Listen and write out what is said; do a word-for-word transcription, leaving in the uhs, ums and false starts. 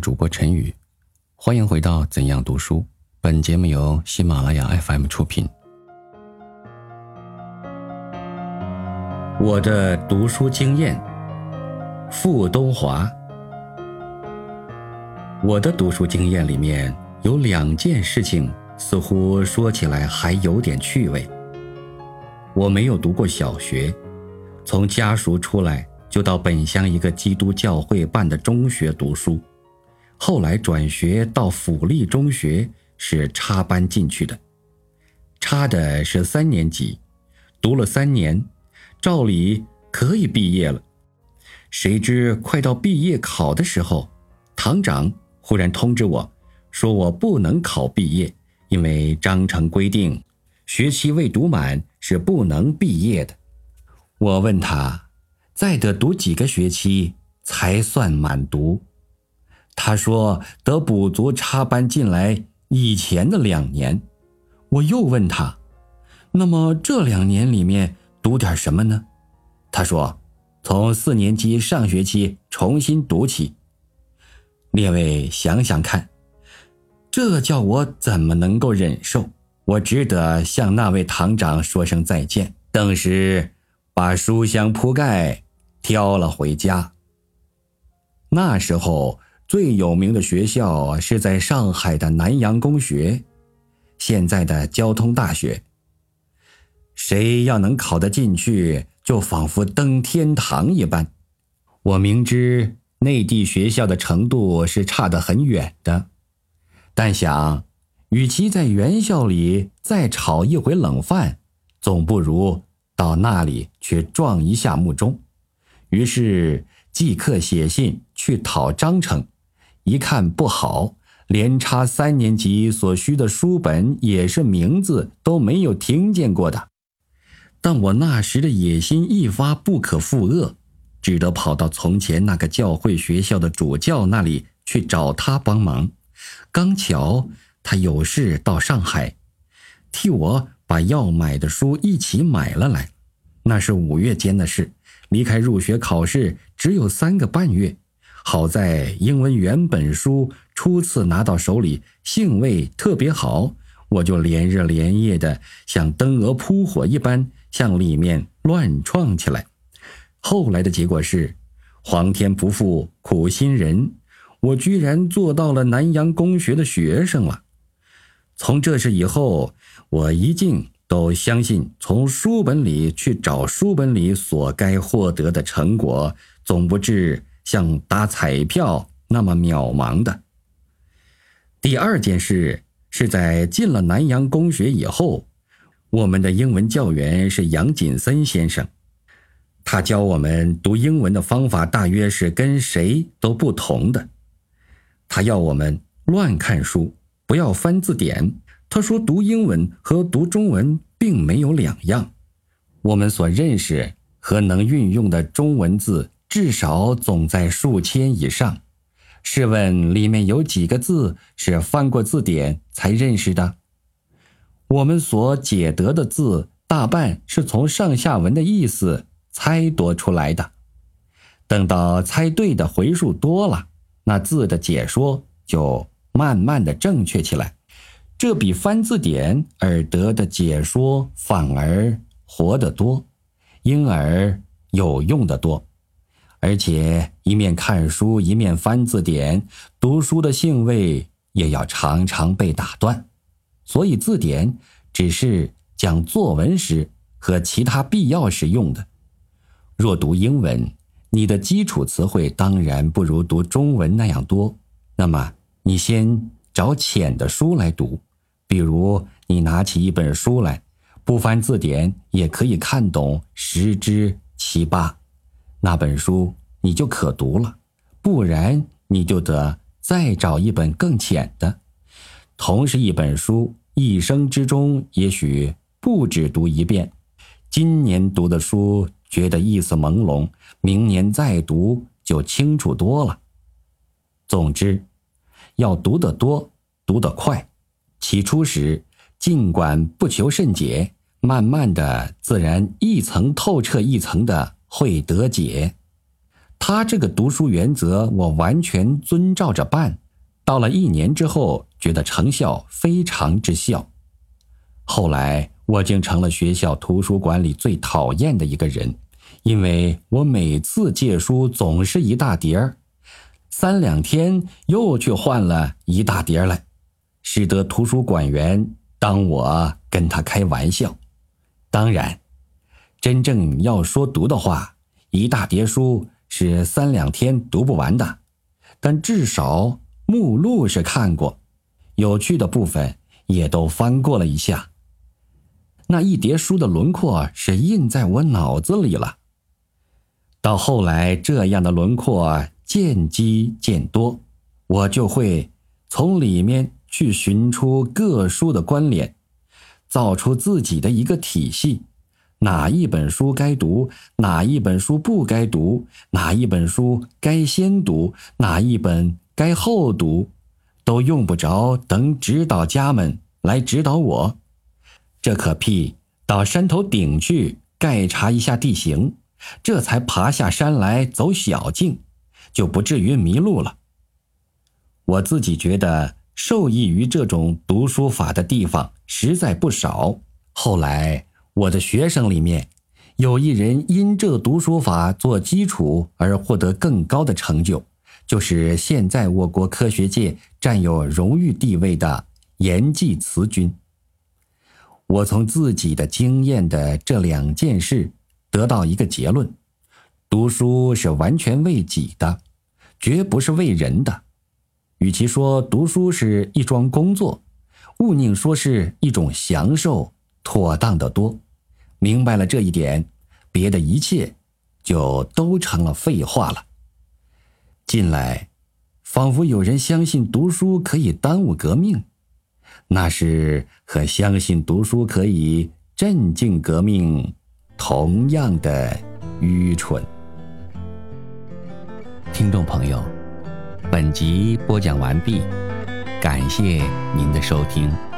主播陈宇，欢迎回到怎样读书。本节目由喜马拉雅 F M 出品。我的读书经验，傅东华。我的读书经验里面有两件事情，似乎说起来还有点趣味。我没有读过小学，从家塾出来就到本乡一个基督教会办的中学读书，后来转学到府立中学，是插班进去的。插的是三年级，读了三年，照理可以毕业了。谁知快到毕业考的时候，堂长忽然通知我，说我不能考毕业，因为章程规定，学期未读满是不能毕业的。我问他，再得读几个学期才算满读？他说得补足插班进来以前的两年。我又问他，那么这两年里面读点什么呢？他说从四年级上学期重新读起。列位想想看，这叫我怎么能够忍受？我只得向那位堂长说声再见，顿时把书箱铺盖挑了回家。那时候最有名的学校是在上海的南洋公学，现在的交通大学。谁要能考得进去，就仿佛登天堂一般。我明知内地学校的程度是差得很远的，但想与其在原校里再炒一回冷饭，总不如到那里去撞一下木钟。于是即刻写信去讨章程，一看不好，连插三年级所需的书本也是名字都没有听见过的。但我那时的野心一发不可负荷，只得跑到从前那个教会学校的主教那里去找他帮忙。刚巧他有事到上海，替我把要买的书一起买了来。那是五月间的事，离开入学考试只有三个半月。好在英文原本书初次拿到手里，兴味特别好，我就连日连夜的像灯蛾扑火一般向里面乱撞起来。后来的结果是，皇天不负苦心人，我居然做到了南洋公学的学生了。从这事以后，我一径都相信从书本里去找书本里所该获得的成果，总不至像打彩票那么渺茫的。第二件事是在进了南洋公学以后，我们的英文教员是杨锦森先生。他教我们读英文的方法大约是跟谁都不同的。他要我们乱看书，不要翻字典。他说读英文和读中文并没有两样，我们所认识和能运用的中文字至少总在数千以上。试问里面有几个字是翻过字典才认识的？我们所解得的字大半是从上下文的意思猜度出来的。等到猜对的回数多了，那字的解说就慢慢的正确起来，这比翻字典而得的解说反而活得多，因而有用得多。而且一面看书一面翻字典，读书的兴味也要常常被打断。所以字典只是讲作文时和其他必要时用的。若读英文，你的基础词汇当然不如读中文那样多，那么你先找浅的书来读。比如你拿起一本书来，不翻字典也可以看懂十之七八，那本书你就可读了。不然你就得再找一本更浅的。同是一本书，一生之中也许不止读一遍。今年读的书觉得意思朦胧，明年再读就清楚多了。总之，要读得多，读得快。起初时尽管不求甚解，慢慢的自然一层透彻一层的会得解。 他这个读书原则我完全遵照着办，到了一年之后，觉得成效非常之效。后来我竟成了学校图书馆里最讨厌的一个人，因为我每次借书总是一大叠儿，三两天又去换了一大叠来，使得图书馆员当我跟他开玩笑。当然，真正要说读的话，一大叠书是三两天读不完的，但至少目录是看过，有趣的部分也都翻过了一下。那一叠书的轮廓是印在我脑子里了。到后来，这样的轮廓渐积渐多，我就会从里面去寻出各书的关联，造出自己的一个体系，哪一本书该读，哪一本书不该读，哪一本书该先读，哪一本该后读，都用不着等指导家们来指导我。这可屁，到山头顶去概察一下地形，这才爬下山来走小径，就不至于迷路了。我自己觉得受益于这种读书法的地方实在不少。后来我的学生里面有一人因这读书法做基础而获得更高的成就，就是现在我国科学界占有荣誉地位的严济慈君。我从自己的经验的这两件事得到一个结论：读书是完全为己的，绝不是为人的。与其说读书是一桩工作，勿宁说是一种享受，妥当得多。明白了这一点，别的一切就都成了废话了。近来仿佛有人相信读书可以耽误革命，那是和相信读书可以镇静革命同样的愚蠢。听众朋友，本集播讲完毕，感谢您的收听。